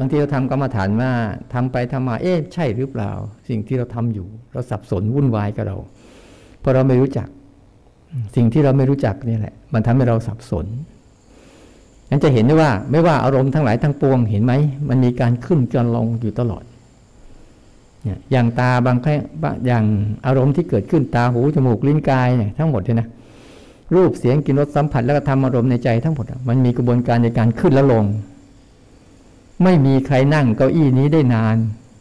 างทีเราทำกรรมฐานมาทำไปทำมาใช่หรือเปล่าสิ่งที่เราทำอยู่เราสับสนวุ่นวายกับเราเพราะเราไม่รู้จักสิ่งที่เราไม่รู้จักนี่แหละมันทำให้เราสับสนงั้นจะเห็นได้ว่าไม่ว่าอารมณ์ทั้งหลายทั้งปวงเห็นไหมมันมีการขึ้นการลงอยู่ตลอดเนี่ยอย่างตาบางครั้งอย่างอารมณ์ที่เกิดขึ้นตาหูจมูกลิ้นกายเนี่ยทั้งหมดเนี่ยนะรูปเสียงกลิ่นรสสัมผัสแล้วก็ธรรมอารมณ์ในใจทั้งหมดมันมีกระบวนการในการขึ้นและลงไม่มีใครนั่งเก้าอี้นี้ได้นาน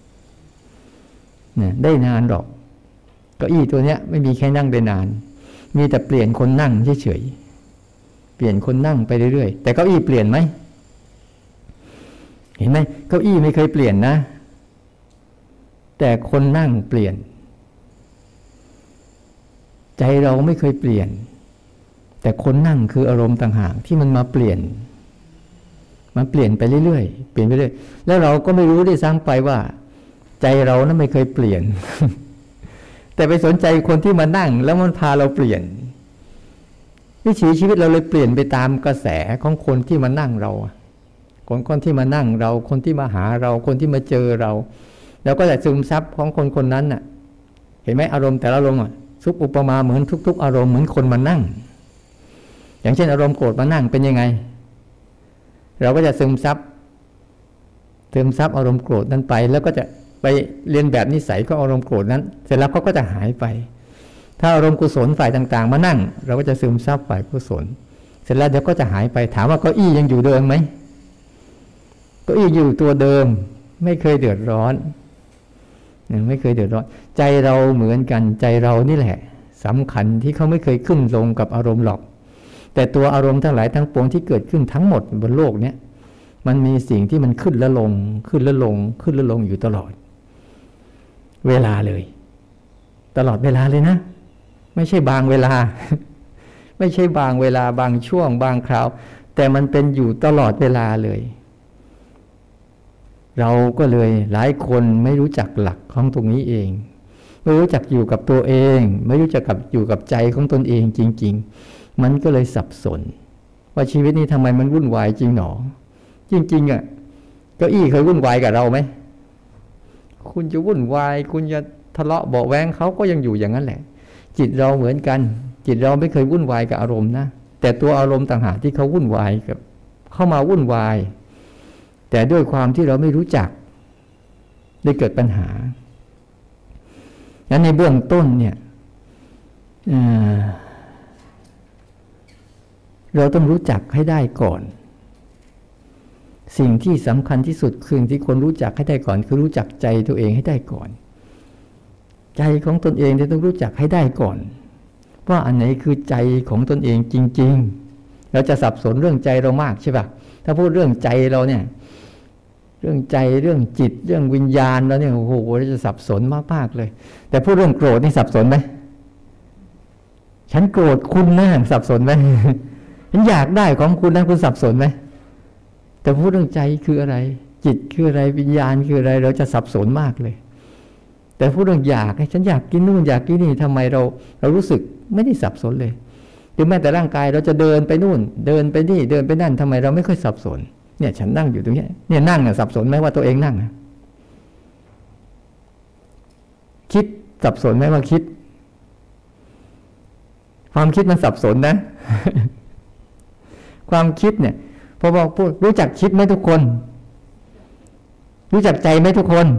เนี่ยได้นานหรอกเก้าอี้ตัวเนี้ยไม่มีใครนั่งได้นานมีแต่เปลี่ยนคนนั่งเฉยๆเปลี่ยนคนนั่งไปเรื่อยๆแต่เก้าอี้เปลี่ยนไหมเห็นไหมเก้าอี้ไม่เคยเปลี่ยนนะแต่คนนั่งเปลี่ยนใจเราไม่เคยเปลี่ยนแต่คนนั่งคืออารมณ์ต่างหากที่มันมาเปลี่ยนมันเปลี่ยนไปเรื่อยๆเปลี่ยนไปเรื่อยแล้วเราก็ไม่รู้ได้ซ้ำไปว่าใจเรานั้นไม่เคยเปลี่ยน แต่ไปสนใจคนที่มานั่งแล้วมันพาเราเปลี่ยนวิถีชีวิตเราเลยเปลี่ยนไปตามกระแสของคนที่มานั่งเราคนที่มานั่งเราคนที่มาหาเราคนที่มาเจอเราแล้วก็จะซึมซับของคนคนนั้นน่ะเห็นไหมอารมณ์แต่ละอารมณ์ซุปอุปมาเหมือนทุกๆอารมณ์เหมือนคนมานั่งอย่างเช่นอารมณ์โกรธมานั่งเป็นยังไงเราก็จะซึมซับอารมณ์โกรธนั้นไปแล้วก็จะไปเรียนแบบนิสัยของอารมณ์โกรธนั้นเสร็จแล้วเขาก็จะหายไปถ้าอารมณ์กุศลฝ่ายต่างๆมานั่งเราก็จะซึมซับฝ่ายกุศลเสร็จแล้วเดี๋ยวก็จะหายไปถามว่าเก้าอี้ยังอยู่เดิมไหมเก้าอี้อยู่ตัวเดิมไม่เคยเดือดร้อนไม่เคยเดือดร้อนใจเราเหมือนกันใจเรานี่แหละสำคัญที่เขาไม่เคยขึ้นลงกับอารมณ์หรอกแต่ตัวอารมณ์ทั้งหลายทั้งปวงที่เกิดขึ้นทั้งหมดบนโลกเนี้ยมันมีสิ่งที่มันขึ้นและลงขึ้นและลงขึ้นและลงอยู่ตลอดเวลาเลยตลอดเวลาเลยนะไม่ใช่บางเวลา ไม่ใช่บางเวลาบางช่วงบางคราวแต่มันเป็นอยู่ตลอดเวลาเลยเราก็เลยหลายคนไม่รู้จักหลักของตรงนี้เองไม่รู้จักอยู่กับตัวเองไม่รู้จักอยู่กับใจของตนเองจริงๆมันก็เลยสับสนว่าชีวิตนี้ทำไมมันวุ่นวายจริงหนอจริงๆเก้าอี้เคยวุ่นวายกับเราไหมคุณจะวุ่นวายคุณจะทะเลาะเบาะแว้งเขาก็ยังอยู่อย่างนั้นแหละจิตเราเหมือนกันจิตเราไม่เคยวุ่นวายกับอารมณ์นะแต่ตัวอารมณ์ต่างหากที่เขาวุ่นวายกับเข้ามาวุ่นวายแต่ด้วยความที่เราไม่รู้จักได้เกิดปัญหางั้นในเบื้องต้นเนี่ยเราต้องรู้จักให้ได้ก่อนสิ่งที่สำคัญที่สุดคือที่คนรู้จักให้ได้ก่อนคือรู้จักใจตัวเองให้ได้ก่อนใจของตนเองต้องรู้จักให้ได้ก่อนว่าอันไหนคือใจของตนเองจริงๆเราจะสับสนเรื่องใจเรามากใช่ป่ะถ้าพูดเรื่องใจเราเนี่ยเรื่องใจเรื่องจิตเรื่องวิญญาณเราเนี่ยโอ้โหเราจะสับสนมากๆเลยแต่พูดเรื่องโกรธนี่สับสนไหมฉันโกรธคุณนะสับสนไหมฉันอยากได้ของคุณนะคุณสับสนไหมแต่พูดเรื่องใจคืออะไรจิตคืออะไรวิญญาณคืออะไรเราจะสับสนมากเลยแต่พูดเรื่องอยากฉันอยากกินนู่นอยากกินนี่ทำไมเรารู้สึกไม่ได้สับสนเลยหรือแม้แต่ร่างกายเราจะเดินไปนู่นเดินไปนี่เดินไปนั่นทำไมเราไม่ค่อยสับสนเนี่ยฉันนั่งอยู่ตรงนี้เนี่ยนั่งเนี่ยสับสนไหมว่าตัวเองนั่งคิดสับสนไหมว่าคิดความคิดมันสับสนนะ ความคิดเนี่ยพอบอกพูดรู้จักคิดไหมทุกคนรู้จักใจไหมทุกคน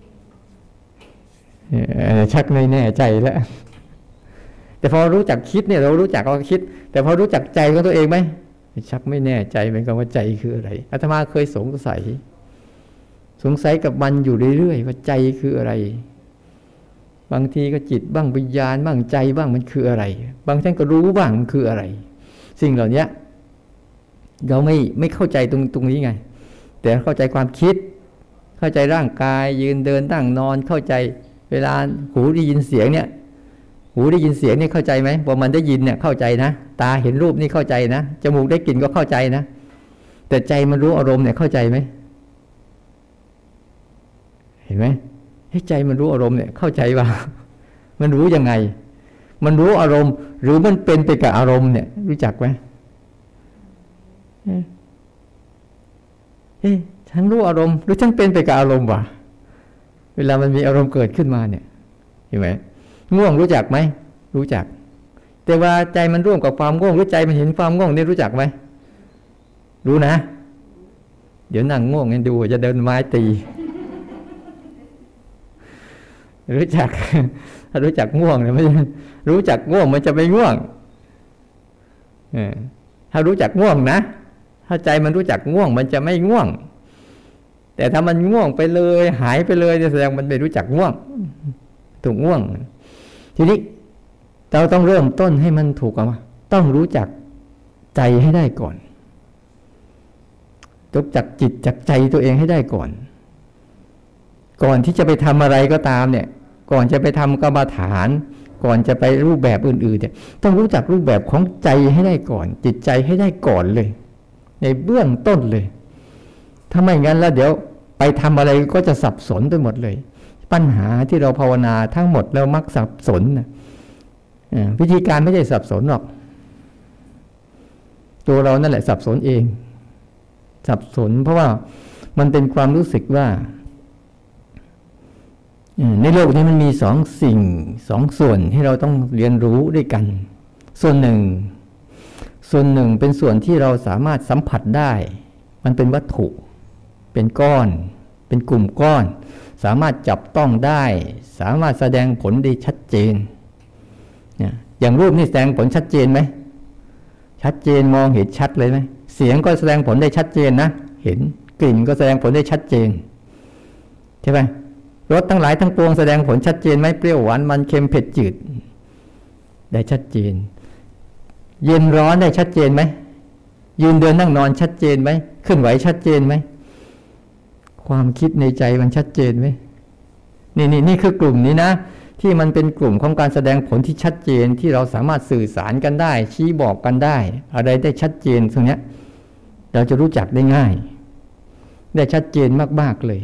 ชักไม่แน่ใจแล้วแต่พอรู้จักคิดเนี่ยเรารู้จักเราคิดแต่พอรู้จักใจของตัวเองไหมชักไม่แน่ใจเหมือนกันว่าใจคืออะไรอาตมาเคยสงสัยกับมันอยู่เรื่อยๆว่าใจคืออะไรบางทีก็จิตบ้างวิญญาณบ้างใจบ้างมันคืออะไรบางท่านก็รู้บ้างมันคืออะไรสิ่งเหล่านี้เราไม่เข้าใจตรงนี้ไงแต่เข้าใจความคิดเข้าใจร่างกายยืนเดินนั่งนอนเข้าใจเวลาหูได้ยินเสียงเนี่ยหูได้ยินเสียงนี่เข้าใจไหมว่ามันได้ยินเนี่ยเข้าใจนะตาเห็นรูปนี่เข้าใจนะจมูกได้กลิ่นก็เข้าใจนะแต่ใจมันรู้อารมณ์เนี่ยเข้าใจไหมเห็นไหมให้ใจมันรู้อารมณ์เนี่ยเข้าใจว่ามันรู้ยังไงมันรู้อารมณ์หรือมันเป็นไปกับอารมณ์เนี่ยรู้จักไหมฉันรู้อารมณ์หรือฉันเป็นไปกับอารมณ์วะเวลามันมีอารมณ์เกิดขึ้นมาเนี่ยเห็นไหมง่วงรู้จักไหมรู้จักแต่ว่าใจมันร่วมกับความง่วงหรือใจมันเห็นความง่วงนี่รู้จักไหมรู้นะเดี๋ยวนั่งง่วงให้ดูจะเดินไม้ตีรู้จักถ้ารู้จักง่วงเนี่ยไม่รู้จักง่วงมันจะไม่ง่วงถ้ารู้จักง่วงนะถ้าใจมันรู้จักง่วงมันจะไม่ง่วงแต่ถ้ามันง่วงไปเลยหายไปเลยแสดงมันไม่รู้จักง่วงถูกง่วงทีนี้เราต้องเริ่มต้นให้มันถูกก่อนว่าต้องรู้จักใจให้ได้ก่อนรู้จักจิตจักใจตัวเองให้ได้ก่อนที่จะไปทำอะไรก็ตามเนี่ยก่อนจะไปทำกรรมฐานก่อนจะไปรูปแบบอื่นๆเนี่ยต้องรู้จักรูปแบบของใจให้ได้ก่อนจิตใจให้ได้ก่อนเลยในเบื้องต้นเลยถ้าไม่งั้นแล้วเดี๋ยวไปทำอะไรก็จะสับสนไปหมดเลยปัญหาที่เราภาวนาทั้งหมดแล้วมักสับสนนะวิธีการไม่ได้สับสนหรอกตัวเรานั่นแหละสับสนเองสับสนเพราะว่ามันเป็นความรู้สึกว่าในโลกนี้มันมีสองสิ่งสองส่วนให้เราต้องเรียนรู้ด้วยกันส่วนหนึ่งเป็นส่วนที่เราสามารถสัมผัสได้มันเป็นวัตถุเป็นก้อนเป็นกลุ่มก้อนสามารถจับต้องได้สามารถแสดงผลได้ชัดเจนอย่างรูปนี่แสดงผลชัดเจนไหมชัดเจนมองเห็นชัดเลยไหมเสียงก็แสดงผลได้ชัดเจนนะเห็นกลิ่นก็แสดงผลได้ชัดเจนใช่ไหมรสทั้งหลายทั้งปวงแสดงผลชัดเจนไหมเปรี้ยวหวานมันเค็มเผ็ดจืดได้ชัดเจนเย็นร้อนได้ชัดเจนไหมยืนเดินนั่งนอนชัดเจนไหมเคลื่อนไหวชัดเจนไหมความคิดในใจมันชัดเจนไหมนี่คือกลุ่มนี้นะที่มันเป็นกลุ่มของการแสดงผลที่ชัดเจนที่เราสามารถสื่อสารกันได้ชี้บอกกันได้อะไรได้ชัดเจนตรงนี้เราจะรู้จักได้ง่ายได้ชัดเจนมากๆเลย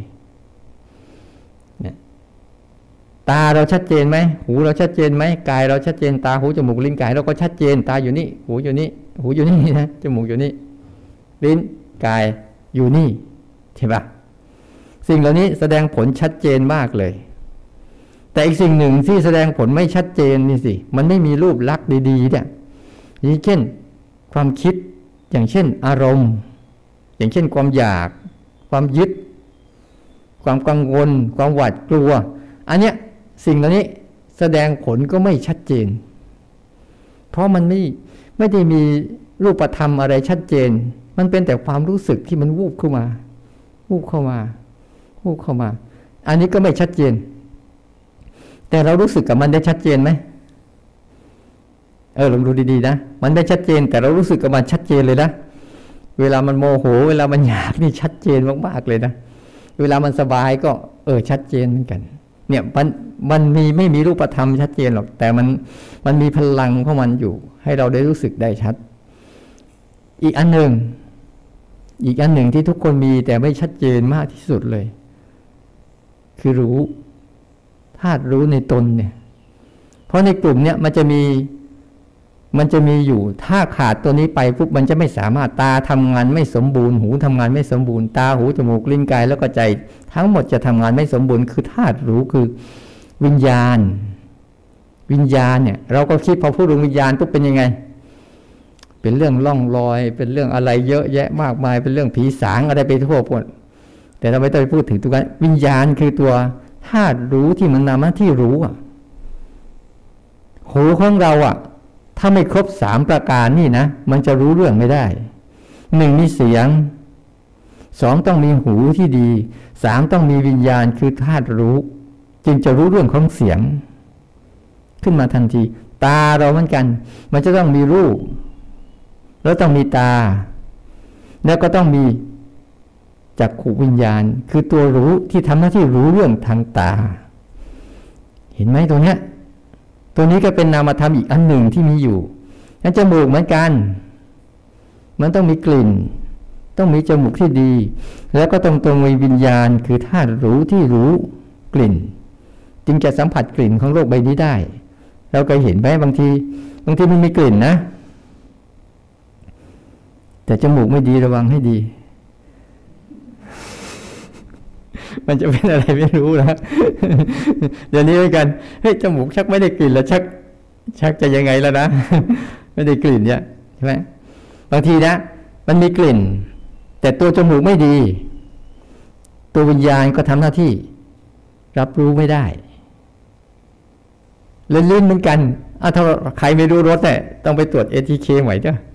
ตาเราชัดเจนไหมหูเราชัดเจนไหมกายเราชัดเจนตาหูจมูกลิ้นกายเราก็ชัดเจนตาอยู่นี่หูอยู่นี่หูอยู่นี่นะจมูกอยู่นี่ลิ้นกายอยู่นี่ใช่ปะสิ่งเหล่านี้แสดงผลชัดเจนมากเลยแต่อีกสิ่งหนึ่งที่แสดงผลไม่ชัดเจนนี่สิมันไม่มีรูปลักษณ์ดีๆเนี่ยอย่างเช่นความคิดอย่างเช่นอารมณ์อย่างเช่นความอยากความยึดความกังวลความหวาดกลัวอันเนี้ยสิ่งเหล่านี้แสดงผลก็ไม่ชัดเจนเพราะมันไม่ได้มีรูปธรรมอะไรชัดเจนมันเป็นแต่ความรู้สึกที่มันวูบเข้ามาอันนี้ก็ไม่ชัดเจนแต่เรารู้สึกกับมันได้ชัดเจนไหมลองดูดีๆนะมันได้ชัดเจนแต่เรารู้สึกกับมันชัดเจนเลยนะเวลามันโมโหเวลามันอยากนี่ชัดเจนมากๆเลยนะเวลามันสบายก็ชัดเจนเหมือนกันเนี่ยมันไม่มีรูปธรรมชัดเจนหรอกแต่มันมีพลังของมันอยู่ให้เราได้รู้สึกได้ชัดอีกอันหนึ่งที่ทุกคนมีแต่ไม่ชัดเจนมากที่สุดเลยคือรู้ธาตุรู้ในตนเนี่ยเพราะในกลุ่มเนี่ยมันจะมีอยู่ถ้าขาดตัวนี้ไปปุ๊บมันจะไม่สามารถตาทำงานไม่สมบูรณ์หูทำงานไม่สมบูรณ์ตาหูจมูกลิ้นกายแล้วก็ใจทั้งหมดจะทำงานไม่สมบูรณ์คือธาตุรู้คือวิญญาณเนี่ยเราก็คิดพอพูดถึงวิญญาณปุ๊บเป็นยังไงเป็นเรื่องล่องลอยเป็นเรื่องอะไรเยอะแยะมากมายเป็นเรื่องผีสางอะไรไปทั่วหมดแต่เราไม่ต้องไปพูดถึงตัวนั้นวิญญาณคือตัวธาตุรู้ที่มันนำหน้าที่รู้หูของเราถ้าไม่ครบ3ประการนี่นะมันจะรู้เรื่องไม่ได้1มีเสียง2ต้องมีหูที่ดี3ต้องมีวิญญาณคือธาตุรู้จึงจะรู้เรื่องของเสียงขึ้นมาทันทีตาเราเหมือนกันมันจะต้องมีรูปแล้วต้องมีตาแล้วก็ต้องมีจักขุวิญญาณคือตัวรู้ที่ทำหน้าที่รู้เรื่องทางตาเห็นไหมตัวเนี้ยตัวนี้ก็เป็นนามธรรมอีกอันหนึ่งที่มีอยู่งั้นจมูกเหมือนกันมันต้องมีกลิ่นต้องมีจมูกที่ดีแล้วก็ต้องมีวิญญาณคือธาตุรู้ที่รู้กลิ่นจึงจะสัมผัสกลิ่นของโลกใบนี้ได้เราเคยเห็นไหมบางทีมันมีกลิ่นนะแต่จมูกไม่ดีระวังให้ดีมันจะเป็นอะไรไม่รู้นะเดี๋ยวนี้เหมือนกันเฮ้ยจมูกชักไม่ได้กลิ่นแล้วชักจะยังไงแล้วนะไม่ได้กลิ่นเนี่ยใช่ไหมบางทีนะมันมีกลิ่นแต่ตัวจมูกไม่ดีตัววิญญาณก็ทำหน้าที่รับรู้ไม่ได้ลิ้นเหมือนกันถ้าใครไม่รู้รสเนี่ยต้องไปตรวจ ATK ใหม่เด้อ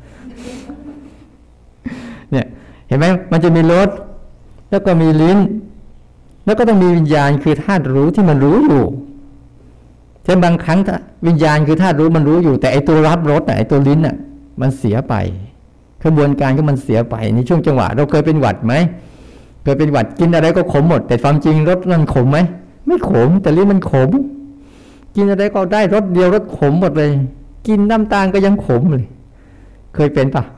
เนี่ยเห็นไหมมันจะมีรสแล้วก็มีลิ้นแล้วก็ต้องมีวิญญาณคือธาตุรู้ที่มันรู้อยู่เช่นบางครั้งวิญญาณคือธาตุรู้มันรู้อยู่แต่ไอตัวรับรสไอตัวลิ้นน่ะมันเสียไปกระบวนการก็มันเสียไปในช่วงจังหวะเราเคยเป็นหวัดไหมเคยเป็นหวัดกินอะไรก็ขมหมดแต่ความจริงรสมันขมไหมไม่ขมแต่ลิ้นมันขมกินอะไรก็ได้รสเดียวรสขมหมดเลยกินน้ำตาลก็ยังขมเลยเคยเป็นปะ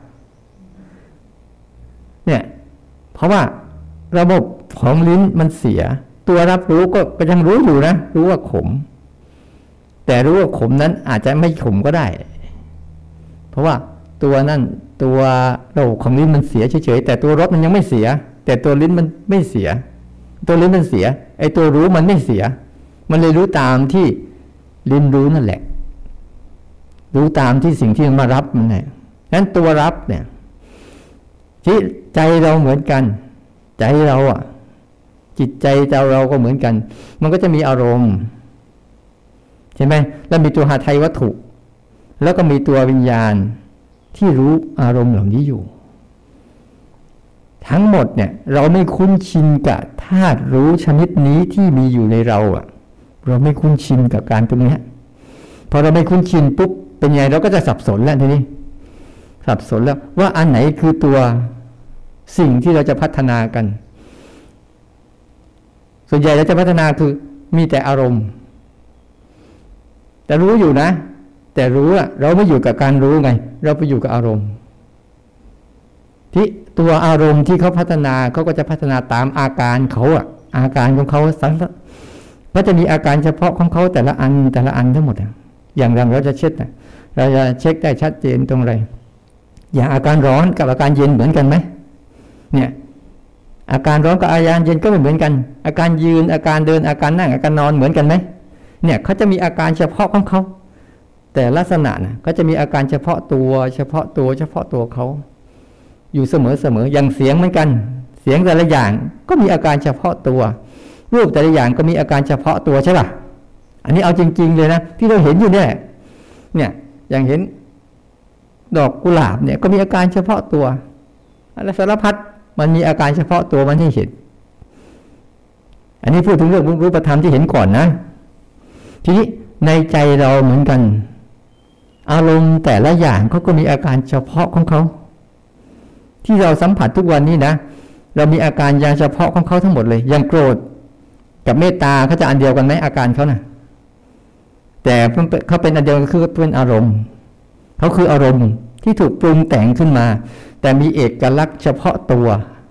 เนี่ยเพราะว่าระบบของลิ้นมันเสียตัวรับรู้ก็ยังรู้อยู่นะรู้ว่าขมแต่รู้ว่าขมนั้นอาจจะไม่ขมก็ได้เพราะว่าตัวนั่นตัวระบบของลิ้นมันเสียเฉยๆแต่ตัวรสมันยังไม่เสียแต่ตัวลิ้นมันไม่เสียตัวลิ้นมันเสียไอ้ตัวรู้มันไม่เสียมันเลยรู้ตามที่ลิ้นรู้นั่นแหละรู้ตามที่สิ่งที่มันมารับมันไงนั้นตัวรับเนี่ยที่ใจเราเหมือนกันใจเราจิตใจเราก็เหมือนกันมันก็จะมีอารมณ์ใช่ไหมแล้วมีตัวหาไทยวัตถุแล้วก็มีตัววิญญาณที่รู้อารมณ์เหล่านี้อยู่ทั้งหมดเนี่ยเราไม่คุ้นชินกับธาตุรู้ชนิดนี้ที่มีอยู่ในเราเราไม่คุ้นชินกับการตรงนี้พอเราไม่คุ้นชินปุ๊บเป็นไงเราก็จะสับสนแล้วทีนี้สับสนแล้วว่าอันไหนคือตัวสิ่งที่เราจะพัฒนากันส่วนใหญ่เราจะพัฒนาคือมีแต่อารมณ์แต่รู้อยู่นะแต่รู้เราไม่อยู่กับการรู้ไงเราไปอยู่กับอารมณ์ที่ตัวอารมณ์ที่เขาพัฒนาเขาก็จะพัฒนาตามอาการเขาอาการของเขาก็จะมีอาการเฉพาะของเขาแต่ละอันทั้งหมดอย่างเราจะเช็คเราจะเช็คได้ชัดเจนตรงอะไรอย่างอาการร้อนกับอาการเย็นเหมือนกันไหมเนี่ยอาการร้อนกับอาการเย็นก็ไม่เหมือนกันอาการยืนอาการเดินอาการนั่งอาการนอนเหมือนกันไหมเนี่ยเขาจะมีอาการเฉพาะของเขาแต่ลักษณะนะก็จะมีอาการเฉพาะตัวเขาอยู่เสมออย่างเสียงเหมือนกันเสียงแต่ละอย่างก็มีอาการเฉพาะตัวรูปแต่ละอย่างก็มีอาการเฉพาะตัวใช่ป่ะอันนี้เอาจริงๆเลยนะที่เราเห็นอยู่เนี่ยอย่างเห็นดอกกุหลาบเนี่ยก็มีอาการเฉพาะตัวอะไรสารพัดมันมีอาการเฉพาะตัวมันให้เห็นอันนี้พูดถึงเรื่องรูปธรรมที่เห็นก่อนนะทีนี้ในใจเราเหมือนกันอารมณ์แต่ละอย่างเขาก็มีอาการเฉพาะของเขาที่เราสัมผัสทุกวันนี้นะเรามีอาการอย่างเฉพาะของเขาทั้งหมดเลยอย่างโกรธกับเมตตาเขาจะอันเดียวกันไหมอาการเขานะแต่เขาเป็นอันเดียวกันคือเป็นอารมณ์เขาคืออารมณ์ที่ถูกปรุงแต่งขึ้นมาแต่มีเอกลักษณ์เฉพาะตัว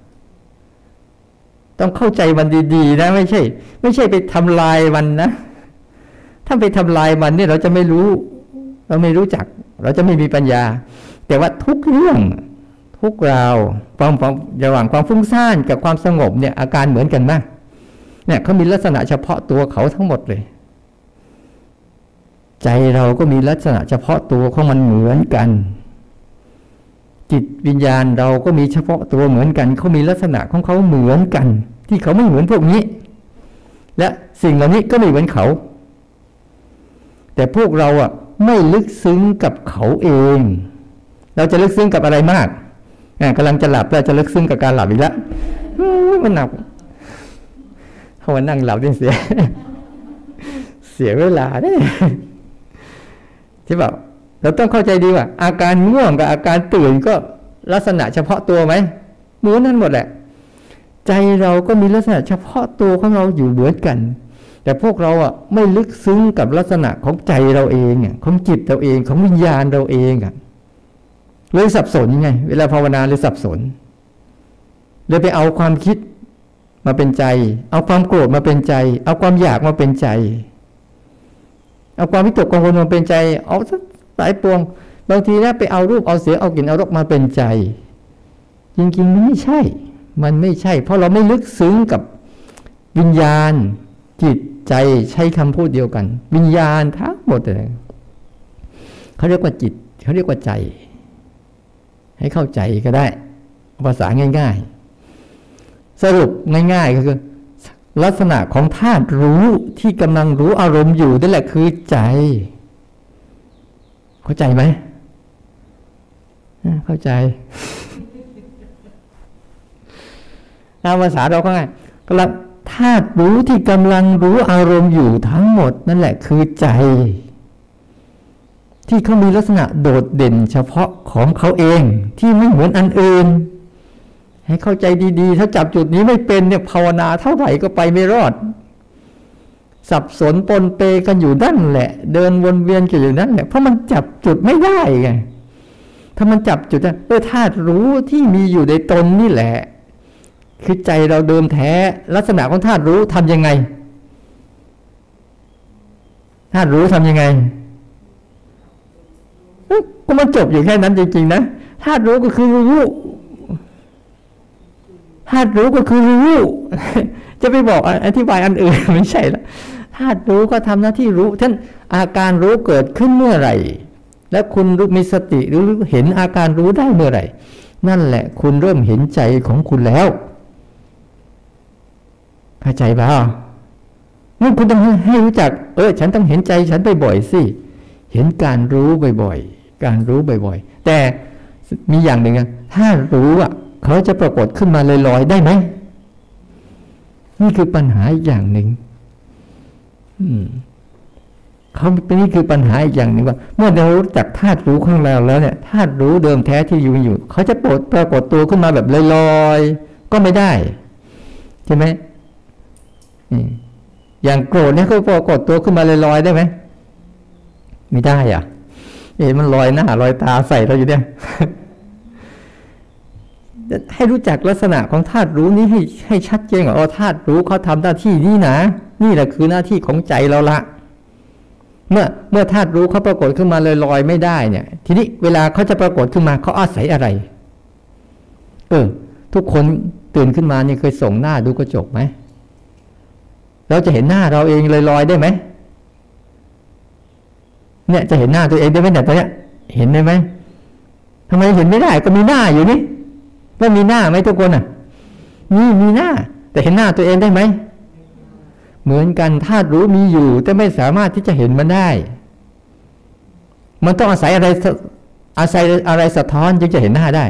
ต้องเข้าใจมันดีๆนะไม่ใช่ไปทำลายมันนะถ้าไปทำลายมันเนี่ยเราจะไม่รู้เราไม่รู้จักเราจะไม่มีปัญญาแต่ว่าทุกเรื่องทุกราวความระหว่างความฟุ้งซ่านกับความสงบเนี่ยอาการเหมือนกันไหมเนี่ยเขามีลักษณะเฉพาะตัวเขาทั้งหมดเลยใจเราก็มีลักษณะเฉพาะตัวของมันเหมือนกันจิตวิญญาณเราก็มีเฉพาะตัวเหมือนกันเขามีลักษณะของเขาเหมือนกันที่เขาไม่เหมือนพวกนี้และสิ่งเหล่านี้ก็ไม่เหมือนเขาแต่พวกเราไม่ลึกซึ้งกับเขาเองเราจะลึกซึ้งกับอะไรมากกำลังจะหลับแล้วจะลึกซึ้งกับการหลับอีกแล้วมันหนักเขามานั่งหลับเสียเวลาเนี่ยที่บอกเราต้องเข้าใจดีว่าอาการง่วงกับอาการตื่นก็ลักษณะเฉพาะตัวไหมเหมือนนั่นหมดแหละใจเราก็มีลักษณะเฉพาะตัวของเราอยู่เหมือนกันแต่พวกเราไม่ลึกซึ้งกับลักษณะของใจเราเองของจิตเราเองของวิญญาณเราเองเลยสับสนไงเวลาภาวนาเลยสับสนเลยไปเอาความคิดมาเป็นใจเอาความโกรธมาเป็นใจเอาความอยากมาเป็นใจเอาความวิตกกังวลมาเป็นใจเอาสายปวงบางทีนะไปเอารูปเอาเสียงเอากลิ่นเอารสมาเป็นใจจริงๆมันไม่ใช่เพราะเราไม่ลึกซึ้งกับวิญญาณจิตใจใช้คำพูดเดียวกัน วิญญาณทั้งหมดเลยเขาเรียกว่าจิตเขาเรียกว่าใจให้เข้าใจก็ได้ภาษาง่ายๆสรุปง่ายๆก็คือลักษณะของธาตุรู้ที่กำลังรู้อารมณ์อยู่นั่นแหละคือใจเข้าใจไหมเข้าใจภาษาเราก็ง่ายก็ละธาตุรู้ที่กำลังรู้อารมณ์อยู่ทั้งหมดนั่นแหละคือใจที่เขามีลักษณะโดดเด่นเฉพาะของเขาเองที่ไม่เหมือนอันอื่นให้เข้าใจดีๆถ้าจับจุดนี้ไม่เป็นเนี่ยภาวนาเท่าไหร่ก็ไปไม่รอดสับสนปนเปกันอยู่นั่นแหละเดินวนเวียนกันอยู่นั่นแหละเพราะมันจับจุดไม่ได้ไงถ้ามันจับจุดได้ธาตุรู้ที่มีอยู่ในตนนี่แหละคือใจเราเดิมแท้ลักษณะของธาตุรู้ทำยังไงธาตุรู้ทำยังไงก็มันจบอยู่แค่นั้นจริงๆนะธาตุรู้ก็คือรู้ธาตุรู้ก็คือรู้จะไปบอกอธิบายอันอื่นไม่ใช่ละธาตุรู้ก็ทำหน้าที่รู้ท่านอาการรู้เกิดขึ้นเมื่อไหร่และคุณรู้มีสติหรือเห็นอาการรู้ได้เมื่อไหร่นั่นแหละคุณเริ่มเห็นใจของคุณแล้วเข้าใจเปล่างั้นคุณต้องให้รู้จักฉันต้องเห็นใจฉันบ่อยๆสิเห็นการรู้บ่อยๆการรู้บ่อยๆแต่มีอย่างหนึ่งถ้ารู้เขาจะปรากฏขึ้นมาลอยๆได้ไหมนี่คือปัญหาอีกอย่างหนึ่งนี่คือปัญหาอีกอย่างหนึ่งว่าเมื่อเรารู้จักธาตุรู้ของเราแล้วเนี่ยธาตุรู้เดิมแท้ที่อยู่เขาจะปรากฏตัวขึ้นมาแบบลอยๆก็ไม่ได้ใช่ไหมอย่างโกรธเนี่ยเขาปรากฏตัวขึ้นมาลอยๆได้ไหมไม่ได้มันลอยหน้าลอยตาใส่เราอยู่เนี่ยให้รู้จักลักษณะของธาตุรู้นี้ให้ชัดเจนว่าธาตุรู้เขาทำหน้าที่นี้นะนี่แหละคือหน้าที่ของใจเราละเมื่อธาตุรู้เขาปรากฏขึ้นมาลอยๆไม่ได้เนี่ยทีนี้เวลาเขาจะปรากฏขึ้นมาเขาอาศัยอะไรทุกคนตื่นขึ้นมานี่เคยส่งหน้าดูกระจกไหมเราจะเห็นหน้าเราเองลอยๆได้ไหมเนี่ยจะเห็นหน้าตัวเองได้ไหมเนี่ยตอนเนี้ยเห็นได้ไหมทำไมเห็นไม่ได้ก็มีหน้าอยู่นี่แล้วมีหน้าไหมทุกคนมีหน้าแต่เห็นหน้าตัวเองได้ไหมเหมือนกันธาตุรู้มีอยู่แต่ไม่สามารถที่จะเห็นมันได้มันต้องอาศัยอะไรสะท้อนจึงจะเห็นหน้าได้